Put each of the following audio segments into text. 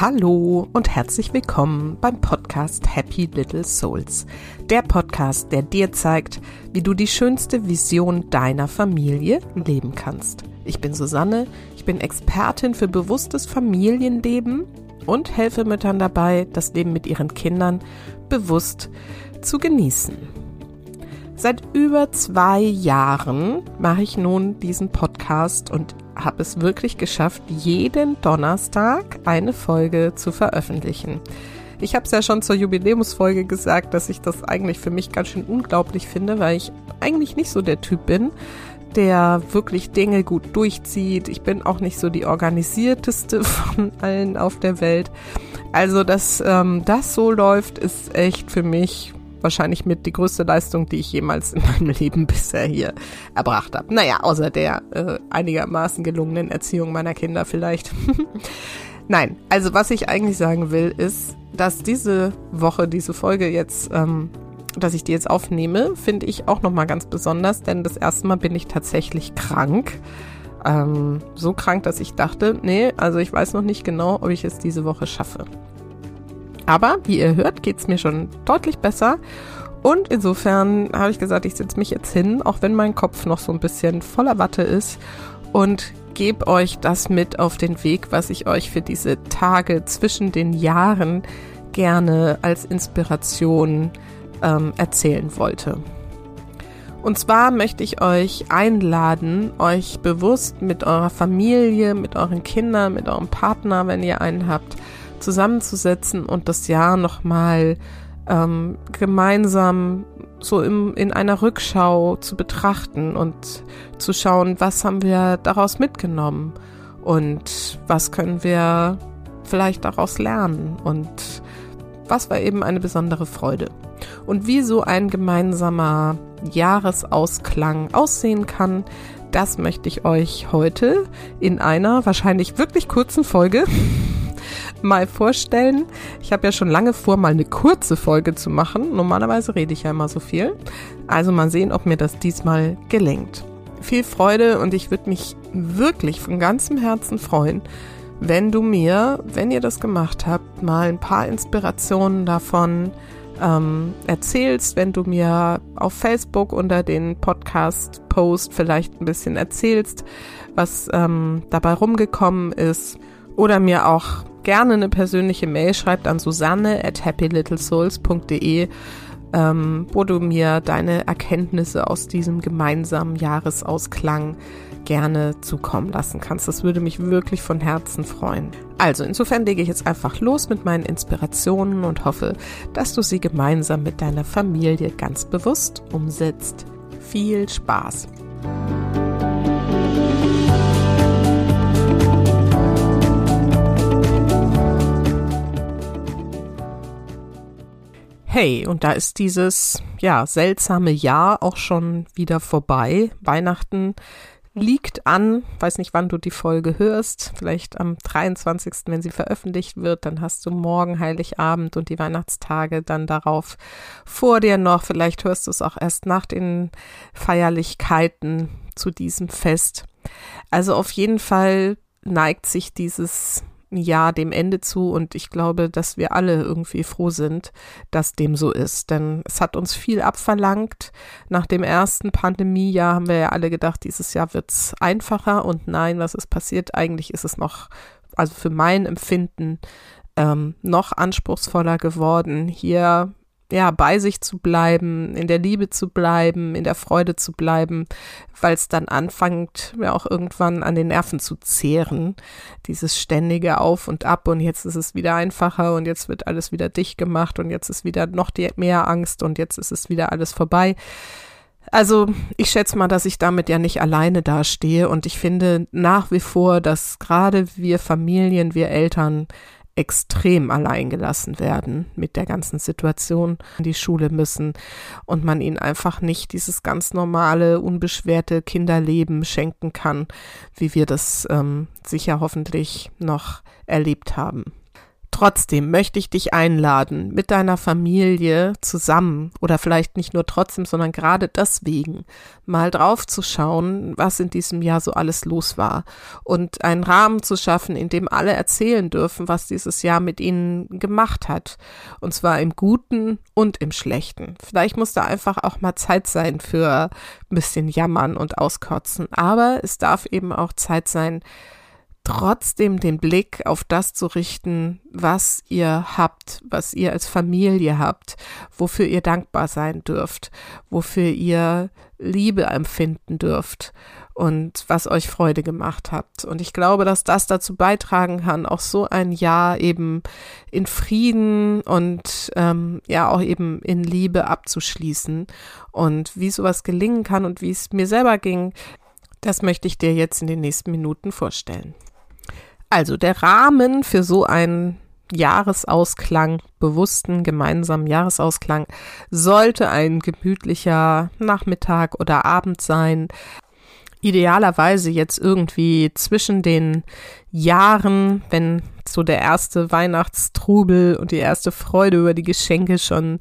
Hallo und herzlich willkommen beim Podcast Happy Little Souls. Der Podcast, der dir zeigt, wie du die schönste Vision deiner Familie leben kannst. Ich bin Susanne, ich bin Expertin für bewusstes Familienleben und helfe Müttern dabei, das Leben mit ihren Kindern bewusst zu genießen. Seit über 2 Jahren mache ich nun diesen Podcast und habe es wirklich geschafft, jeden Donnerstag eine Folge zu veröffentlichen. Ich habe es ja schon zur Jubiläumsfolge gesagt, dass ich das eigentlich für mich ganz schön unglaublich finde, weil ich eigentlich nicht so der Typ bin, der wirklich Dinge gut durchzieht. Ich bin auch nicht so die organisierteste von allen auf der Welt. Also, dass das so läuft, ist echt für mich wahrscheinlich mit die größte Leistung, die ich jemals in meinem Leben bisher hier erbracht habe. Naja, außer der einigermaßen gelungenen Erziehung meiner Kinder vielleicht. Nein, also was ich eigentlich sagen will, ist, dass diese Woche, diese Folge jetzt, dass ich die jetzt aufnehme, finde ich auch nochmal ganz besonders, denn das erste Mal bin ich tatsächlich krank. So krank, dass ich dachte, nee, also ich weiß noch nicht genau, ob ich es diese Woche schaffe. Aber, wie ihr hört, geht's mir schon deutlich besser und insofern habe ich gesagt, ich setze mich jetzt hin, auch wenn mein Kopf noch so ein bisschen voller Watte ist und gebe euch das mit auf den Weg, was ich euch für diese Tage zwischen den Jahren gerne als Inspiration erzählen wollte. Und zwar möchte ich euch einladen, euch bewusst mit eurer Familie, mit euren Kindern, mit eurem Partner, wenn ihr einen habt, zusammenzusetzen und das Jahr nochmal gemeinsam so in einer Rückschau zu betrachten und zu schauen, was haben wir daraus mitgenommen und was können wir vielleicht daraus lernen und was war eben eine besondere Freude. Und wie so ein gemeinsamer Jahresausklang aussehen kann, das möchte ich euch heute in einer wahrscheinlich wirklich kurzen Folge mal vorstellen. Ich habe ja schon lange vor, mal eine kurze Folge zu machen. Normalerweise rede ich ja immer so viel. Also mal sehen, ob mir das diesmal gelingt. Viel Freude und ich würde mich wirklich von ganzem Herzen freuen, wenn du mir, wenn ihr das gemacht habt, mal ein paar Inspirationen davon erzählst, wenn du mir auf Facebook unter den Podcast-Post vielleicht ein bisschen erzählst, was dabei rumgekommen ist oder mir auch gerne eine persönliche Mail schreibt an susanne@happylittlesouls.de, wo du mir deine Erkenntnisse aus diesem gemeinsamen Jahresausklang gerne zukommen lassen kannst. Das würde mich wirklich von Herzen freuen. Also insofern lege ich jetzt einfach los mit meinen Inspirationen und hoffe, dass du sie gemeinsam mit deiner Familie ganz bewusst umsetzt. Viel Spaß! Hey, und da ist dieses, seltsame Jahr auch schon wieder vorbei. Weihnachten liegt an, weiß nicht, wann du die Folge hörst, vielleicht am 23., wenn sie veröffentlicht wird, dann hast du morgen Heiligabend und die Weihnachtstage dann darauf vor dir noch. Vielleicht hörst du es auch erst nach den Feierlichkeiten zu diesem Fest. Also auf jeden Fall neigt sich dieses Jahr dem Ende zu und ich glaube, dass wir alle irgendwie froh sind, dass dem so ist, denn es hat uns viel abverlangt. Nach dem ersten Pandemiejahr haben wir ja alle gedacht, dieses Jahr wird's einfacher und nein, was ist passiert? Eigentlich ist es noch, also für mein Empfinden, noch anspruchsvoller geworden, hier bei sich zu bleiben, in der Liebe zu bleiben, in der Freude zu bleiben, weil es dann anfängt, mir auch irgendwann an den Nerven zu zehren, dieses ständige Auf und Ab und jetzt ist es wieder einfacher und jetzt wird alles wieder dicht gemacht und jetzt ist wieder noch mehr Angst und jetzt ist es wieder alles vorbei. Also ich schätze mal, dass ich damit ja nicht alleine dastehe und ich finde nach wie vor, dass gerade wir Familien, wir Eltern extrem allein gelassen werden mit der ganzen Situation, in die Schule müssen und man ihnen einfach nicht dieses ganz normale, unbeschwerte Kinderleben schenken kann, wie wir das sicher hoffentlich noch erlebt haben. Trotzdem möchte ich dich einladen, mit deiner Familie zusammen oder vielleicht nicht nur trotzdem, sondern gerade deswegen mal drauf zu schauen, was in diesem Jahr so alles los war und einen Rahmen zu schaffen, in dem alle erzählen dürfen, was dieses Jahr mit ihnen gemacht hat. Und zwar im Guten und im Schlechten. Vielleicht muss da einfach auch mal Zeit sein für ein bisschen Jammern und Auskotzen, aber es darf eben auch Zeit sein, trotzdem den Blick auf das zu richten, was ihr habt, was ihr als Familie habt, wofür ihr dankbar sein dürft, wofür ihr Liebe empfinden dürft und was euch Freude gemacht habt. Und ich glaube, dass das dazu beitragen kann, auch so ein Jahr eben in Frieden und auch eben in Liebe abzuschließen. Und wie sowas gelingen kann und wie es mir selber ging, das möchte ich dir jetzt in den nächsten Minuten vorstellen. Also der Rahmen für so einen Jahresausklang, bewussten gemeinsamen Jahresausklang, sollte ein gemütlicher Nachmittag oder Abend sein. Idealerweise jetzt irgendwie zwischen den Jahren, wenn so der erste Weihnachtstrubel und die erste Freude über die Geschenke schon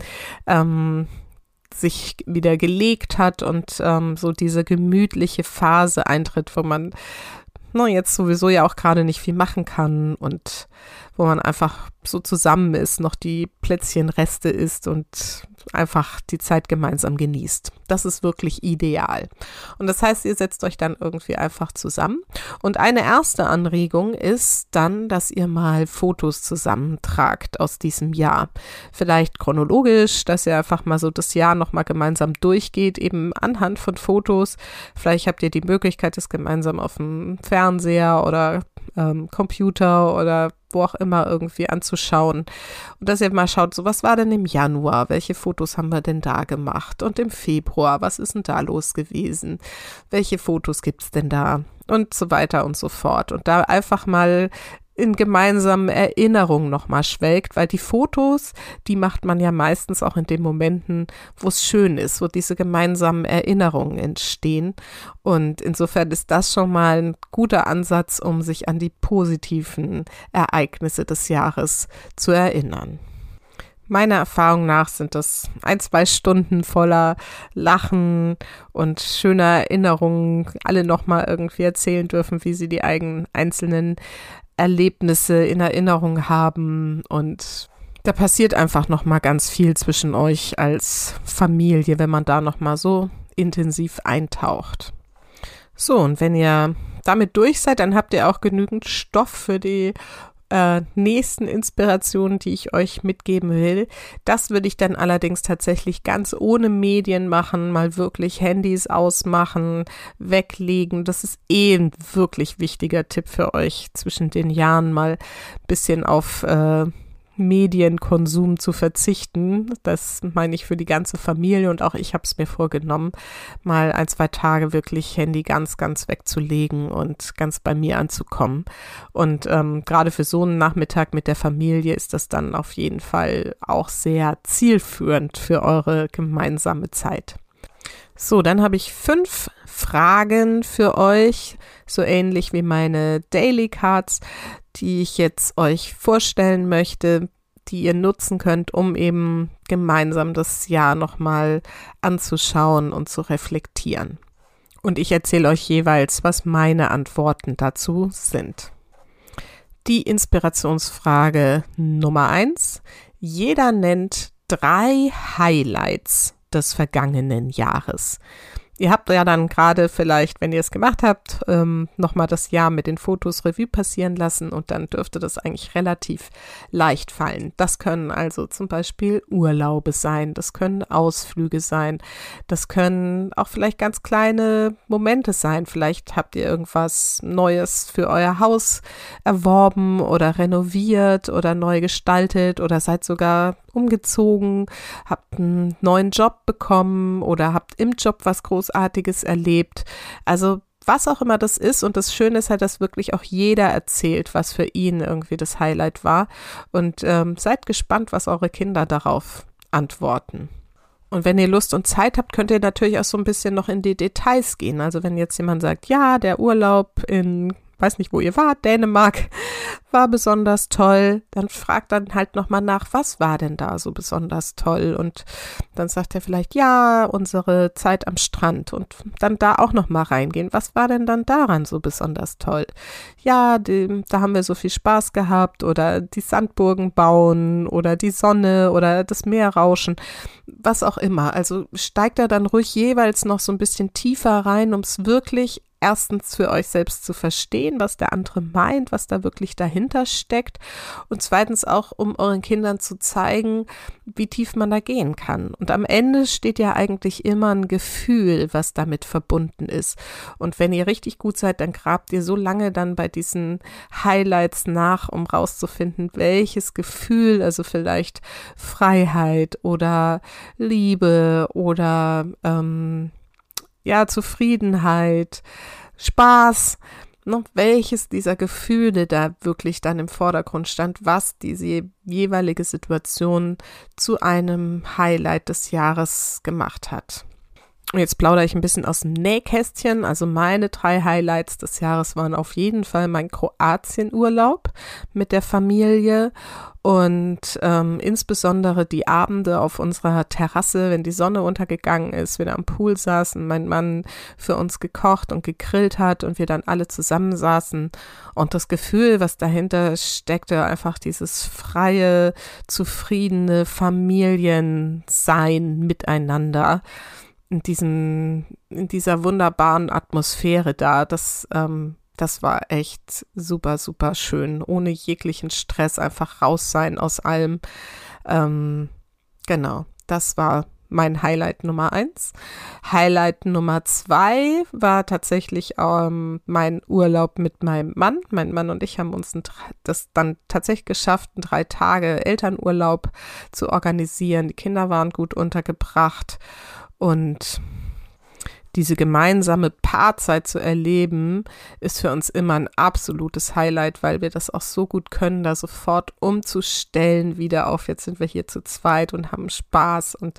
sich wieder gelegt hat und so diese gemütliche Phase eintritt, wo man jetzt sowieso ja auch gerade nicht viel machen kann und wo man einfach so zusammen ist, noch die Plätzchenreste isst und einfach die Zeit gemeinsam genießt. Das ist wirklich ideal. Und das heißt, ihr setzt euch dann irgendwie einfach zusammen. Und eine erste Anregung ist dann, dass ihr mal Fotos zusammentragt aus diesem Jahr. Vielleicht chronologisch, dass ihr einfach mal so das Jahr nochmal gemeinsam durchgeht, eben anhand von Fotos. Vielleicht habt ihr die Möglichkeit, das gemeinsam auf dem Fernseher oder Computer oder wo auch immer irgendwie anzuschauen und dass ihr mal schaut, so was war denn im Januar, welche Fotos haben wir denn da gemacht und im Februar, was ist denn da los gewesen, welche Fotos gibt's denn da und so weiter und so fort und da einfach mal in gemeinsamen Erinnerungen nochmal schwelgt, weil die Fotos, die macht man ja meistens auch in den Momenten, wo es schön ist, wo diese gemeinsamen Erinnerungen entstehen. Und insofern ist das schon mal ein guter Ansatz, um sich an die positiven Ereignisse des Jahres zu erinnern. Meiner Erfahrung nach sind das 1-2 Stunden voller Lachen und schöner Erinnerungen, alle nochmal irgendwie erzählen dürfen, wie sie die eigenen einzelnen Erlebnisse in Erinnerung haben und da passiert einfach nochmal ganz viel zwischen euch als Familie, wenn man da nochmal so intensiv eintaucht. So, und wenn ihr damit durch seid, dann habt ihr auch genügend Stoff für die nächsten Inspirationen, die ich euch mitgeben will. Das würde ich dann allerdings tatsächlich ganz ohne Medien machen, mal wirklich Handys ausmachen, weglegen. Das ist ein wirklich wichtiger Tipp für euch, zwischen den Jahren mal ein bisschen auf Medienkonsum zu verzichten. Das meine ich für die ganze Familie und auch ich habe es mir vorgenommen, mal 1-2 Tage wirklich Handy ganz, ganz wegzulegen und ganz bei mir anzukommen. Und gerade für so einen Nachmittag mit der Familie ist das dann auf jeden Fall auch sehr zielführend für eure gemeinsame Zeit. So, dann habe ich 5 Fragen für euch, so ähnlich wie meine Daily Cards, die ich jetzt euch vorstellen möchte, die ihr nutzen könnt, um eben gemeinsam das Jahr nochmal anzuschauen und zu reflektieren. Und ich erzähle euch jeweils, was meine Antworten dazu sind. Die Inspirationsfrage Nummer 1. Jeder nennt 3 Highlights des vergangenen Jahres. Ihr habt ja dann gerade vielleicht, wenn ihr es gemacht habt, nochmal das Jahr mit den Fotos Revue passieren lassen und dann dürfte das eigentlich relativ leicht fallen. Das können also zum Beispiel Urlaube sein, das können Ausflüge sein, das können auch vielleicht ganz kleine Momente sein. Vielleicht habt ihr irgendwas Neues für euer Haus erworben oder renoviert oder neu gestaltet oder seid sogar umgezogen, habt einen neuen Job bekommen oder habt im Job was Großartiges erlebt. Also was auch immer das ist und das Schöne ist halt, dass wirklich auch jeder erzählt, was für ihn irgendwie das Highlight war und seid gespannt, was eure Kinder darauf antworten. Und wenn ihr Lust und Zeit habt, könnt ihr natürlich auch so ein bisschen noch in die Details gehen. Also wenn jetzt jemand sagt, ja, der Urlaub in weiß nicht, wo ihr wart, Dänemark war besonders toll. Dann fragt dann halt nochmal nach, was war denn da so besonders toll? Und dann sagt er vielleicht, ja, unsere Zeit am Strand und dann da auch nochmal reingehen. Was war denn dann daran so besonders toll? Ja, da haben wir so viel Spaß gehabt oder die Sandburgen bauen oder die Sonne oder das Meer rauschen, was auch immer. Also steigt da dann ruhig jeweils noch so ein bisschen tiefer rein, um es wirklich erstens für euch selbst zu verstehen, was der andere meint, was da wirklich dahinter steckt und zweitens auch, um euren Kindern zu zeigen, wie tief man da gehen kann. Und am Ende steht ja eigentlich immer ein Gefühl, was damit verbunden ist. Und wenn ihr richtig gut seid, dann grabt ihr so lange dann bei diesen Highlights nach, um rauszufinden, welches Gefühl, also vielleicht Freiheit oder Liebe oder Zufriedenheit, Spaß, welches dieser Gefühle da wirklich dann im Vordergrund stand, was diese jeweilige Situation zu einem Highlight des Jahres gemacht hat. Und jetzt plaudere ich ein bisschen aus dem Nähkästchen. Also meine 3 Highlights des Jahres waren auf jeden Fall mein Kroatien-Urlaub mit der Familie und insbesondere die Abende auf unserer Terrasse, wenn die Sonne untergegangen ist, wir da am Pool saßen, mein Mann für uns gekocht und gegrillt hat und wir dann alle zusammensaßen und das Gefühl, was dahinter steckte, einfach dieses freie, zufriedene Familiensein miteinander. In dieser wunderbaren Atmosphäre da, das war echt super, super schön, ohne jeglichen Stress, einfach raus sein aus allem. Genau, das war mein Highlight Nummer 1. Highlight Nummer 2 war tatsächlich mein Urlaub mit meinem Mann. Mein Mann und ich haben uns das dann tatsächlich geschafft, einen 3 Tage Elternurlaub zu organisieren. Die Kinder waren gut untergebracht. Und diese gemeinsame Paarzeit zu erleben, ist für uns immer ein absolutes Highlight, weil wir das auch so gut können, da sofort umzustellen wieder auf, jetzt sind wir hier zu zweit und haben Spaß und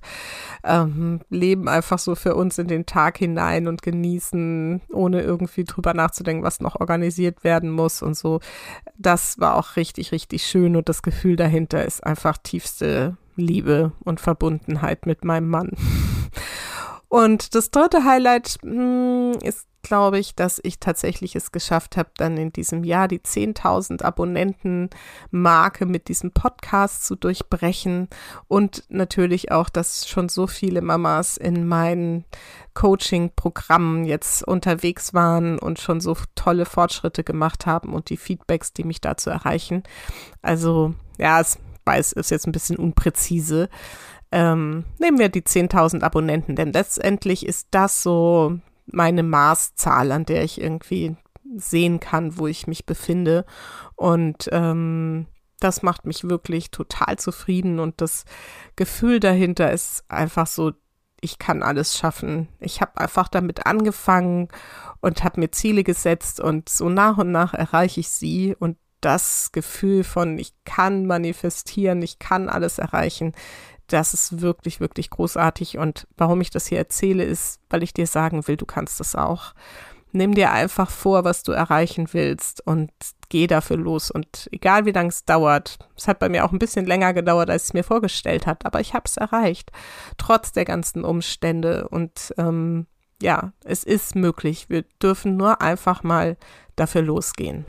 leben einfach so für uns in den Tag hinein und genießen, ohne irgendwie drüber nachzudenken, was noch organisiert werden muss und so. Das war auch richtig, richtig schön und das Gefühl dahinter ist einfach tiefste Liebe und Verbundenheit mit meinem Mann. Und das 3. Highlight ist, glaube ich, dass ich tatsächlich es geschafft habe, dann in diesem Jahr die 10.000 Abonnenten-Marke mit diesem Podcast zu durchbrechen und natürlich auch, dass schon so viele Mamas in meinen Coaching-Programmen jetzt unterwegs waren und schon so tolle Fortschritte gemacht haben und die Feedbacks, die mich dazu erreichen. Also, ja, es ist jetzt ein bisschen unpräzise. Nehmen wir die 10.000 Abonnenten, denn letztendlich ist das so meine Maßzahl, an der ich irgendwie sehen kann, wo ich mich befinde und das macht mich wirklich total zufrieden und das Gefühl dahinter ist einfach so, ich kann alles schaffen. Ich habe einfach damit angefangen und habe mir Ziele gesetzt und so nach und nach erreiche ich sie und das Gefühl von, ich kann manifestieren, ich kann alles erreichen, das ist wirklich, wirklich großartig und warum ich das hier erzähle, ist, weil ich dir sagen will, du kannst das auch. Nimm dir einfach vor, was du erreichen willst und geh dafür los und egal wie lange es dauert, es hat bei mir auch ein bisschen länger gedauert, als ich es mir vorgestellt habe, aber ich habe es erreicht, trotz der ganzen Umstände und es ist möglich, wir dürfen nur einfach mal dafür losgehen.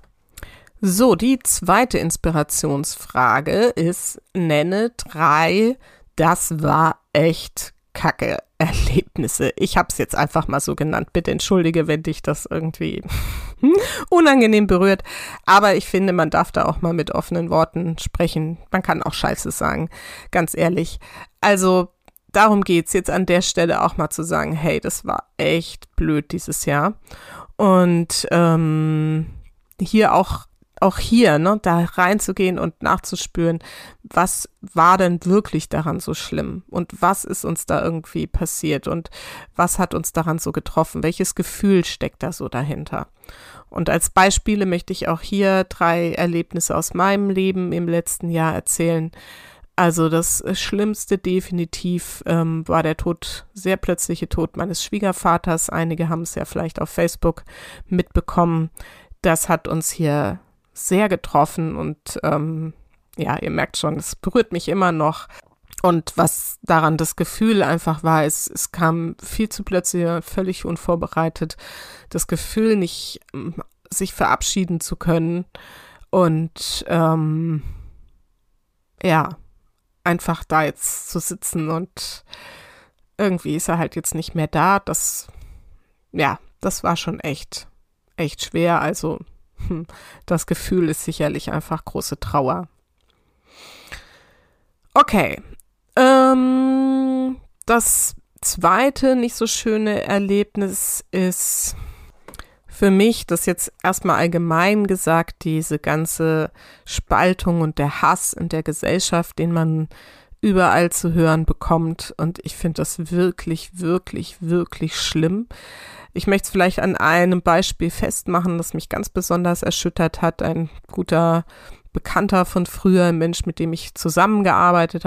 So, die 2. Inspirationsfrage ist, nenne 3, das war echt Kacke Erlebnisse. Ich habe es jetzt einfach mal so genannt. Bitte entschuldige, wenn dich das irgendwie unangenehm berührt. Aber ich finde, man darf da auch mal mit offenen Worten sprechen. Man kann auch Scheiße sagen, ganz ehrlich. Also darum geht's jetzt an der Stelle auch mal zu sagen, hey, das war echt blöd dieses Jahr. Und hier, da reinzugehen und nachzuspüren, was war denn wirklich daran so schlimm und was ist uns da irgendwie passiert und was hat uns daran so getroffen, welches Gefühl steckt da so dahinter. Und als Beispiele möchte ich auch hier 3 Erlebnisse aus meinem Leben im letzten Jahr erzählen. Also das Schlimmste definitiv war der sehr plötzliche Tod meines Schwiegervaters. Einige haben es ja vielleicht auf Facebook mitbekommen. das hat uns hier sehr getroffen und ja, ihr merkt schon, es berührt mich immer noch. Und was daran das Gefühl einfach war, es kam viel zu plötzlich, völlig unvorbereitet, das Gefühl, nicht sich verabschieden zu können und ja, einfach da jetzt zu sitzen und irgendwie ist er halt jetzt nicht mehr da. Das war schon echt schwer. Also das Gefühl ist sicherlich einfach große Trauer. Okay, das zweite nicht so schöne Erlebnis ist für mich, das jetzt erstmal allgemein gesagt, diese ganze Spaltung und der Hass in der Gesellschaft, den man überall zu hören bekommt. Und ich finde das wirklich, wirklich, wirklich schlimm. Ich möchte es vielleicht an einem Beispiel festmachen, das mich ganz besonders erschüttert hat. Ein guter Bekannter von früher, ein Mensch, mit dem ich eng zusammengearbeitet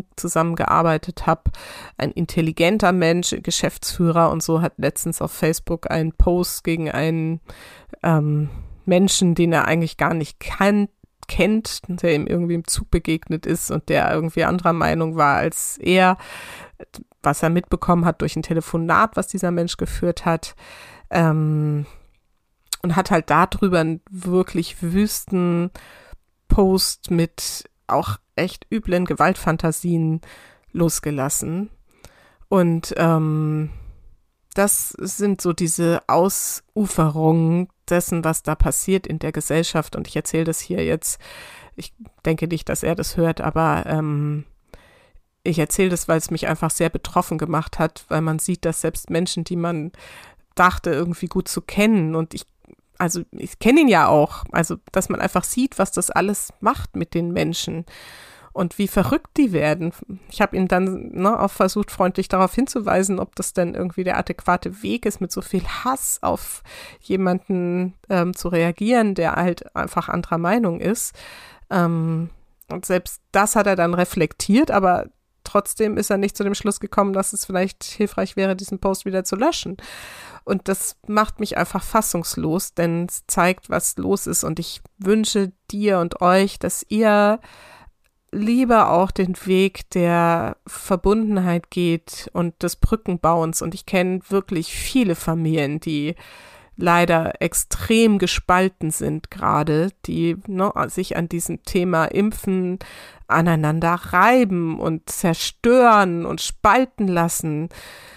habe, ein intelligenter Mensch, Geschäftsführer und so, hat letztens auf Facebook einen Post gegen einen Menschen, den er eigentlich gar nicht kennt, der ihm irgendwie im Zug begegnet ist und der irgendwie anderer Meinung war als er, was er mitbekommen hat durch ein Telefonat, was dieser Mensch geführt hat, und hat halt darüber einen wirklich wüsten Post mit auch echt üblen Gewaltfantasien losgelassen. Und das sind so diese Ausuferungen dessen, was da passiert in der Gesellschaft. Und ich erzähle das hier jetzt, ich denke nicht, dass er das hört, aber ich erzähle das, weil es mich einfach sehr betroffen gemacht hat, weil man sieht, dass selbst Menschen, die man dachte, irgendwie gut zu kennen, und ich kenne ihn ja auch, also dass man einfach sieht, was das alles macht mit den Menschen und wie verrückt die werden. Ich habe ihn dann auch versucht, freundlich darauf hinzuweisen, ob das denn irgendwie der adäquate Weg ist, mit so viel Hass auf jemanden zu reagieren, der halt einfach anderer Meinung ist. Und selbst das hat er dann reflektiert, aber trotzdem ist er nicht zu dem Schluss gekommen, dass es vielleicht hilfreich wäre, diesen Post wieder zu löschen. Und das macht mich einfach fassungslos, denn es zeigt, was los ist. Und ich wünsche dir und euch, dass ihr lieber auch den Weg der Verbundenheit geht und des Brückenbauens. Und ich kenne wirklich viele Familien, die leider extrem gespalten sind gerade, die sich an diesem Thema Impfen aneinander reiben und zerstören und spalten lassen.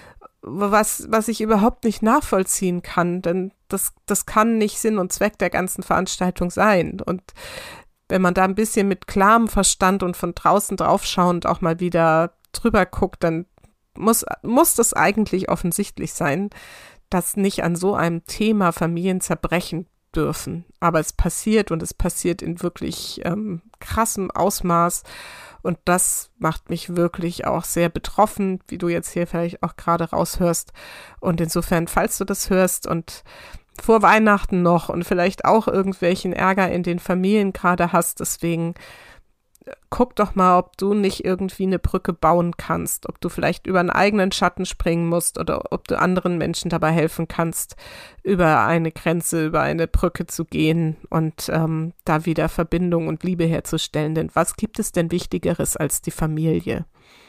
Was ich überhaupt nicht nachvollziehen kann, denn das kann nicht Sinn und Zweck der ganzen Veranstaltung sein. Und wenn man da ein bisschen mit klarem Verstand und von draußen draufschauend auch mal wieder drüber guckt, dann muss das eigentlich offensichtlich sein, dass nicht an so einem Thema Familien zerbrechen dürfen. Aber es passiert und es passiert in wirklich krassem Ausmaß. Und das macht mich wirklich auch sehr betroffen, wie du jetzt hier vielleicht auch gerade raushörst. Und insofern, falls du das hörst und vor Weihnachten noch und vielleicht auch irgendwelchen Ärger in den Familien gerade hast, deswegen guck doch mal, ob du nicht irgendwie eine Brücke bauen kannst, ob du vielleicht über einen eigenen Schatten springen musst oder ob du anderen Menschen dabei helfen kannst, über eine Grenze, über eine Brücke zu gehen und da wieder Verbindung und Liebe herzustellen. Denn was gibt es denn Wichtigeres als die Familie?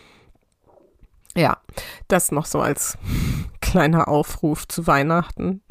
Ja, das noch so als kleiner Aufruf zu Weihnachten.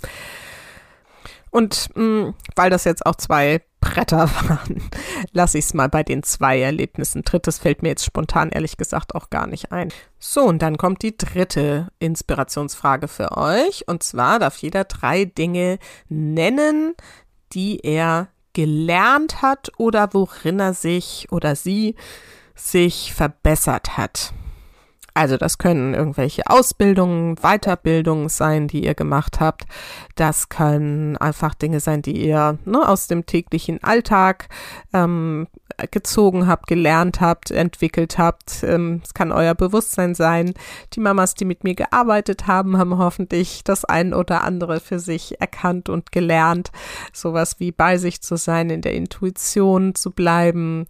Und weil das jetzt auch 2 Bretter waren, lasse ich es mal bei den 2 Erlebnissen. Drittes fällt mir jetzt spontan ehrlich gesagt auch gar nicht ein. So, und dann kommt die dritte Inspirationsfrage für euch. Und zwar darf jeder 3 Dinge nennen, die er gelernt hat oder worin er sich oder sie sich verbessert hat. Also das können irgendwelche Ausbildungen, Weiterbildungen sein, die ihr gemacht habt. Das können einfach Dinge sein, die ihr aus dem täglichen Alltag gezogen habt, gelernt habt, entwickelt habt. Es kann euer Bewusstsein sein. Die Mamas, die mit mir gearbeitet haben, haben hoffentlich das ein oder andere für sich erkannt und gelernt. Sowas wie bei sich zu sein, in der Intuition zu bleiben,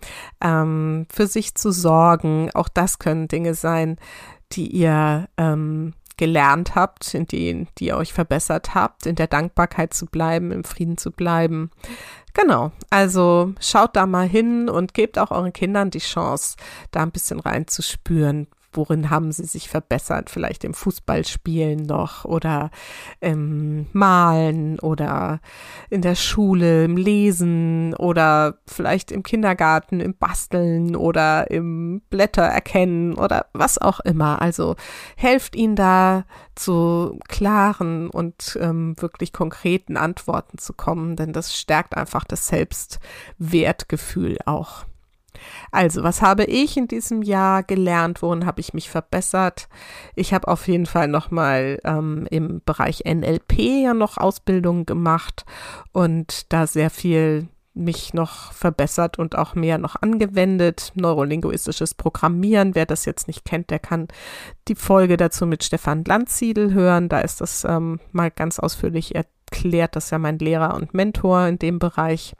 für sich zu sorgen. Auch das können Dinge sein, die ihr gelernt habt, in denen ihr euch verbessert habt, in der Dankbarkeit zu bleiben, im Frieden zu bleiben. Genau, also schaut da mal hin und gebt auch euren Kindern die Chance, da ein bisschen reinzuspüren, worin haben sie sich verbessert, vielleicht im Fußballspielen noch oder im Malen oder in der Schule, im Lesen oder vielleicht im Kindergarten, im Basteln oder im Blätter erkennen oder was auch immer. Also helft ihnen da zu klaren und wirklich konkreten Antworten zu kommen, denn das stärkt einfach das Selbstwertgefühl auch. Also, was habe ich in diesem Jahr gelernt? Worin habe ich mich verbessert? Ich habe auf jeden Fall nochmal im Bereich NLP ja noch Ausbildungen gemacht und da sehr viel mich noch verbessert und auch mehr noch angewendet. Neurolinguistisches Programmieren, wer das jetzt nicht kennt, der kann die Folge dazu mit Stefan Landsiedel hören. Da ist das mal ganz ausführlich erklärt. Das ist ja mein Lehrer und Mentor in dem Bereich.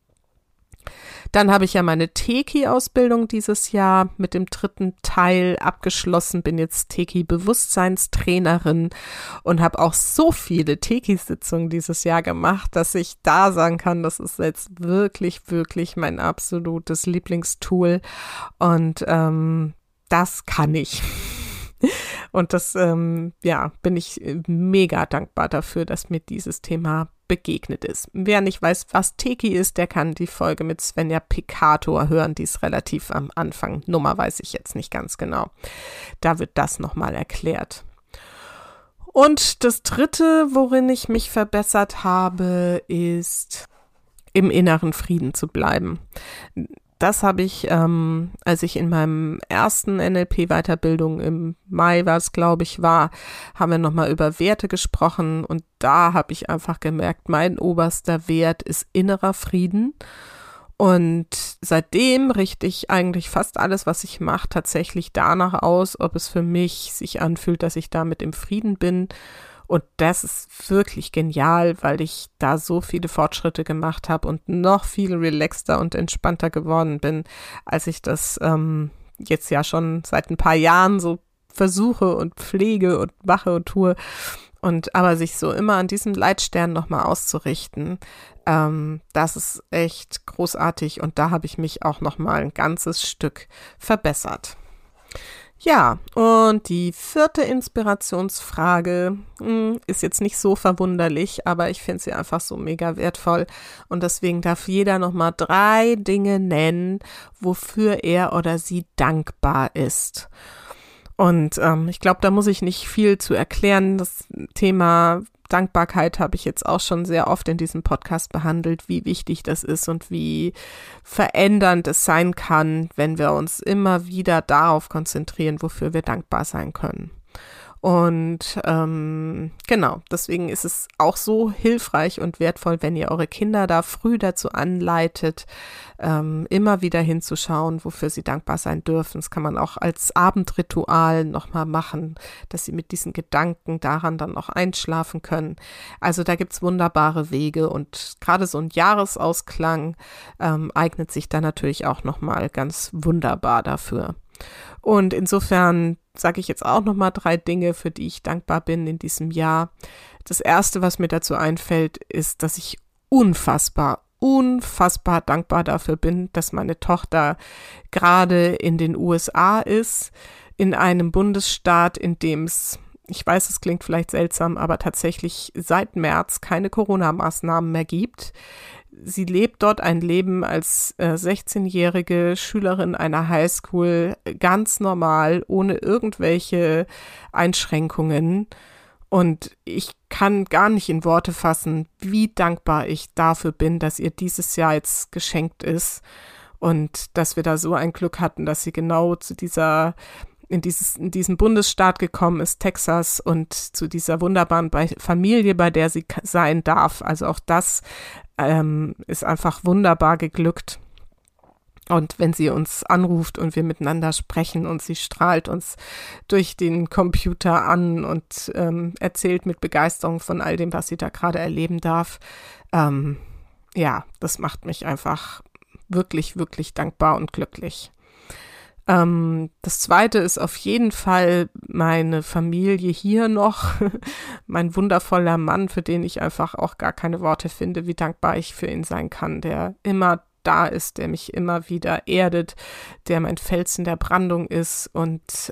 Dann habe ich ja meine Teki-Ausbildung dieses Jahr mit dem 3. Teil abgeschlossen, bin jetzt Teki-Bewusstseinstrainerin und habe auch so viele Teki-Sitzungen dieses Jahr gemacht, dass ich da sagen kann, das ist jetzt wirklich, wirklich mein absolutes Lieblingstool und das kann ich. Und das, bin ich mega dankbar dafür, dass mir dieses Thema begegnet ist. Wer nicht weiß, was Teki ist, der kann die Folge mit Svenja Picator hören. Die ist relativ am Anfang. Nummer weiß ich jetzt nicht ganz genau. Da wird das nochmal erklärt. Und das 3., worin ich mich verbessert habe, ist im inneren Frieden zu bleiben. Das habe ich, als ich in meinem ersten NLP-Weiterbildung im Mai, war es, glaube ich, haben wir nochmal über Werte gesprochen und da habe ich einfach gemerkt, mein oberster Wert ist innerer Frieden und seitdem richte ich eigentlich fast alles, was ich mache, tatsächlich danach aus, ob es für mich sich anfühlt, dass ich damit im Frieden bin. Und das ist wirklich genial, weil ich da so viele Fortschritte gemacht habe und noch viel relaxter und entspannter geworden bin, als ich das jetzt ja schon seit ein paar Jahren so versuche und pflege und mache und tue. Und aber sich so immer an diesem Leitstern nochmal auszurichten, das ist echt großartig. Und da habe ich mich auch nochmal ein ganzes Stück verbessert. Ja, und die 4. Inspirationsfrage ist jetzt nicht so verwunderlich, aber ich finde sie einfach so mega wertvoll und deswegen darf jeder nochmal 3 Dinge nennen, wofür er oder sie dankbar ist. Und ich glaube, da muss ich nicht viel zu erklären. Das Thema Dankbarkeit habe ich jetzt auch schon sehr oft in diesem Podcast behandelt, wie wichtig das ist und wie verändernd es sein kann, wenn wir uns immer wieder darauf konzentrieren, wofür wir dankbar sein können. Und genau, deswegen ist es auch so hilfreich und wertvoll, wenn ihr eure Kinder da früh dazu anleitet, immer wieder hinzuschauen, wofür sie dankbar sein dürfen. Das kann man auch als Abendritual nochmal machen, dass sie mit diesen Gedanken daran dann noch einschlafen können. Also da gibt's wunderbare Wege und gerade so ein Jahresausklang eignet sich da natürlich auch nochmal ganz wunderbar dafür. Und insofern sage ich jetzt auch nochmal 3 Dinge, für die ich dankbar bin in diesem Jahr. Das erste, was mir dazu einfällt, ist, dass ich unfassbar dankbar dafür bin, dass meine Tochter gerade in den USA ist, in einem Bundesstaat, in dem es, ich weiß, es klingt vielleicht seltsam, aber tatsächlich seit März keine Corona-Maßnahmen mehr gibt. Sie lebt dort ein Leben als 16-jährige Schülerin einer Highschool, ganz normal, ohne irgendwelche Einschränkungen. Und ich kann gar nicht in Worte fassen, wie dankbar ich dafür bin, dass ihr dieses Jahr jetzt geschenkt ist und dass wir da so ein Glück hatten, dass sie genau zu in diesen Bundesstaat gekommen ist, Texas, und zu dieser wunderbaren Familie, bei der sie sein darf. Also auch das ist einfach wunderbar geglückt. Und wenn sie uns anruft und wir miteinander sprechen und sie strahlt uns durch den Computer an und erzählt mit Begeisterung von all dem, was sie da gerade erleben darf, das macht mich einfach wirklich, wirklich dankbar und glücklich. Das zweite ist auf jeden Fall meine Familie hier noch, mein wundervoller Mann, für den ich einfach auch gar keine Worte finde, wie dankbar ich für ihn sein kann, der immer da ist, der mich immer wieder erdet, der mein Fels in der Brandung ist und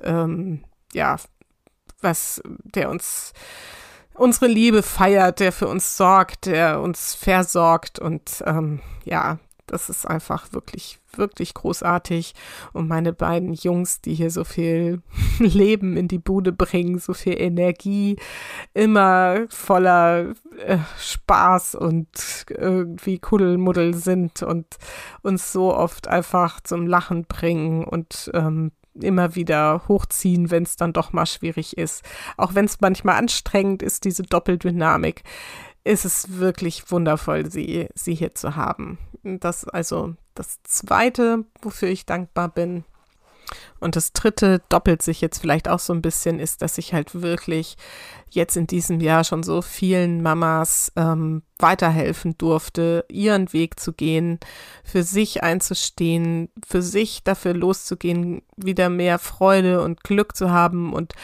der uns unsere Liebe feiert, der für uns sorgt, der uns versorgt und das ist einfach wirklich, wirklich großartig. Und meine beiden Jungs, die hier so viel Leben in die Bude bringen, so viel Energie, immer voller Spaß und irgendwie Kuddelmuddel sind und uns so oft einfach zum Lachen bringen und immer wieder hochziehen, wenn es dann doch mal schwierig ist. Auch wenn es manchmal anstrengend ist, diese Doppeldynamik, ist es wirklich wundervoll, sie hier zu haben. Das ist also das Zweite, wofür ich dankbar bin. Und das Dritte doppelt sich jetzt vielleicht auch so ein bisschen, ist, dass ich halt wirklich jetzt in diesem Jahr schon so vielen Mamas weiterhelfen durfte, ihren Weg zu gehen, für sich einzustehen, für sich dafür loszugehen, wieder mehr Freude und Glück zu haben und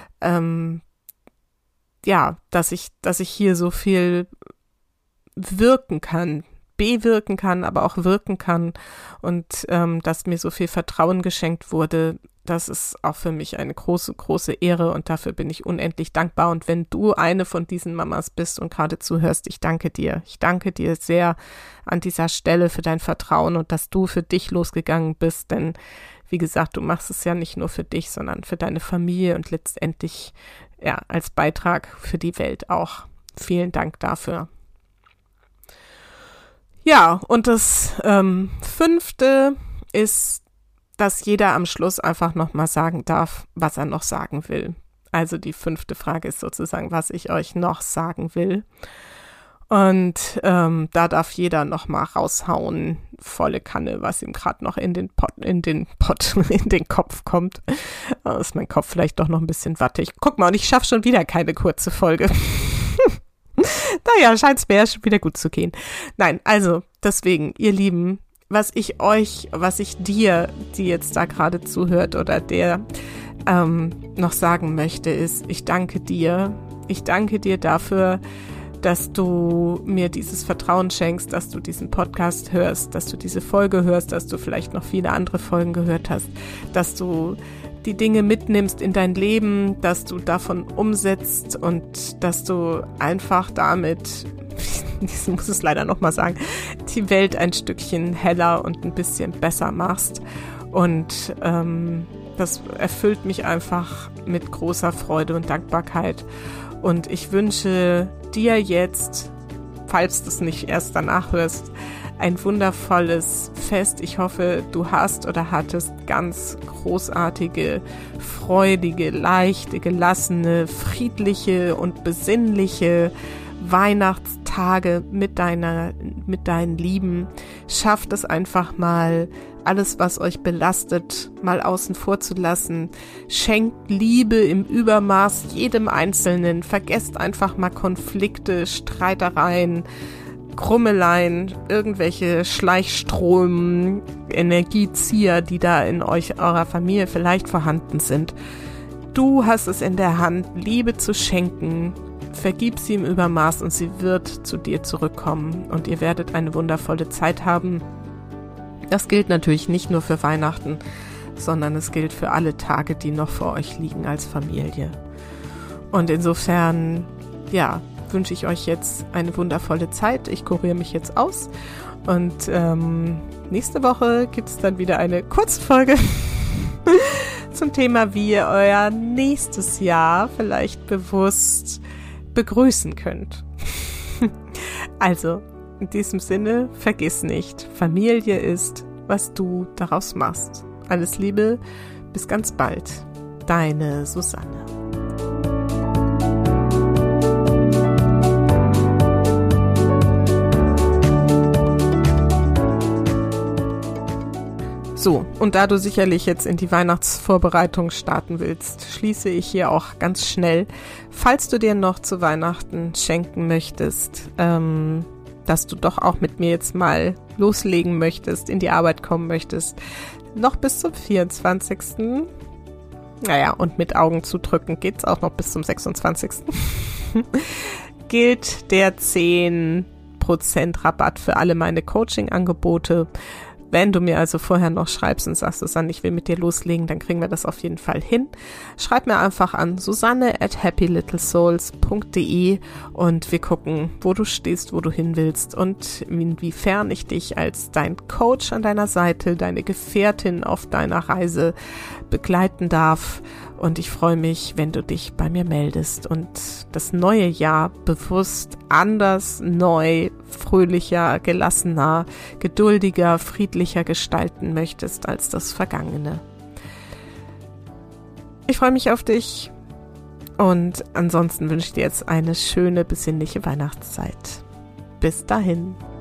dass ich hier so viel wirken kann, bewirken kann, aber auch wirken kann und dass mir so viel Vertrauen geschenkt wurde, das ist auch für mich eine große, große Ehre und dafür bin ich unendlich dankbar. Und wenn du eine von diesen Mamas bist und gerade zuhörst, ich danke dir. Ich danke dir sehr an dieser Stelle für dein Vertrauen und dass du für dich losgegangen bist, denn wie gesagt, du machst es ja nicht nur für dich, sondern für deine Familie und letztendlich als Beitrag für die Welt auch. Vielen Dank dafür. Ja, und das Fünfte ist, dass jeder am Schluss einfach nochmal sagen darf, was er noch sagen will. Also die 5. Frage ist sozusagen, was ich euch noch sagen will. Und da darf jeder nochmal raushauen, volle Kanne, was ihm gerade noch in den Kopf kommt. Ist mein Kopf vielleicht doch noch ein bisschen wattig. Guck mal, und ich schaffe schon wieder keine kurze Folge. Naja, scheint es mir ja schon wieder gut zu gehen. Nein, also deswegen, ihr Lieben, was ich dir, die jetzt da gerade zuhört oder der noch sagen möchte, ist, ich danke dir. Ich danke dir dafür, dass du mir dieses Vertrauen schenkst, dass du diesen Podcast hörst, dass du diese Folge hörst, dass du vielleicht noch viele andere Folgen gehört hast, dass du die Dinge mitnimmst in dein Leben, dass du davon umsetzt und dass du einfach damit, ich muss es leider nochmal sagen, die Welt ein Stückchen heller und ein bisschen besser machst. Und das erfüllt mich einfach mit großer Freude und Dankbarkeit. Und ich wünsche dir jetzt, falls du es nicht erst danach hörst, ein wundervolles Fest. Ich hoffe, du hast oder hattest ganz großartige, freudige, leichte, gelassene, friedliche und besinnliche Weihnachtstage mit deinen Lieben. Schafft es einfach mal, alles, was euch belastet, mal außen vor zu lassen. Schenkt Liebe im Übermaß jedem Einzelnen. Vergesst einfach mal Konflikte, Streitereien, Krummeleien, irgendwelche Schleichstrom, Energiezieher, die da in eurer Familie vielleicht vorhanden sind. Du hast es in der Hand, Liebe zu schenken. Vergib sie im Übermaß und sie wird zu dir zurückkommen und ihr werdet eine wundervolle Zeit haben. Das gilt natürlich nicht nur für Weihnachten, sondern es gilt für alle Tage, die noch vor euch liegen als Familie. Und insofern, wünsche ich euch jetzt eine wundervolle Zeit. Ich kuriere mich jetzt aus und nächste Woche gibt es dann wieder eine Kurzfolge zum Thema, wie ihr euer nächstes Jahr vielleicht bewusst begrüßen könnt. Also, in diesem Sinne, vergiss nicht, Familie ist, was du daraus machst. Alles Liebe, bis ganz bald. Deine Susanne. So, und da du sicherlich jetzt in die Weihnachtsvorbereitung starten willst, schließe ich hier auch ganz schnell, falls du dir noch zu Weihnachten schenken möchtest, dass du doch auch mit mir jetzt mal loslegen möchtest, in die Arbeit kommen möchtest, noch bis zum 24. Naja, und mit Augen zudrücken geht's auch noch bis zum 26. gilt der 10% Rabatt für alle meine Coaching-Angebote. Wenn du mir also vorher noch schreibst und sagst, Susanne, ich will mit dir loslegen, dann kriegen wir das auf jeden Fall hin. Schreib mir einfach an susanne@happylittlesouls.de und wir gucken, wo du stehst, wo du hin willst und inwiefern ich dich als dein Coach an deiner Seite, deine Gefährtin auf deiner Reise begleiten darf. Und ich freue mich, wenn du dich bei mir meldest und das neue Jahr bewusst anders, neu, fröhlicher, gelassener, geduldiger, friedlicher gestalten möchtest als das Vergangene. Ich freue mich auf dich und ansonsten wünsche ich dir jetzt eine schöne, besinnliche Weihnachtszeit. Bis dahin.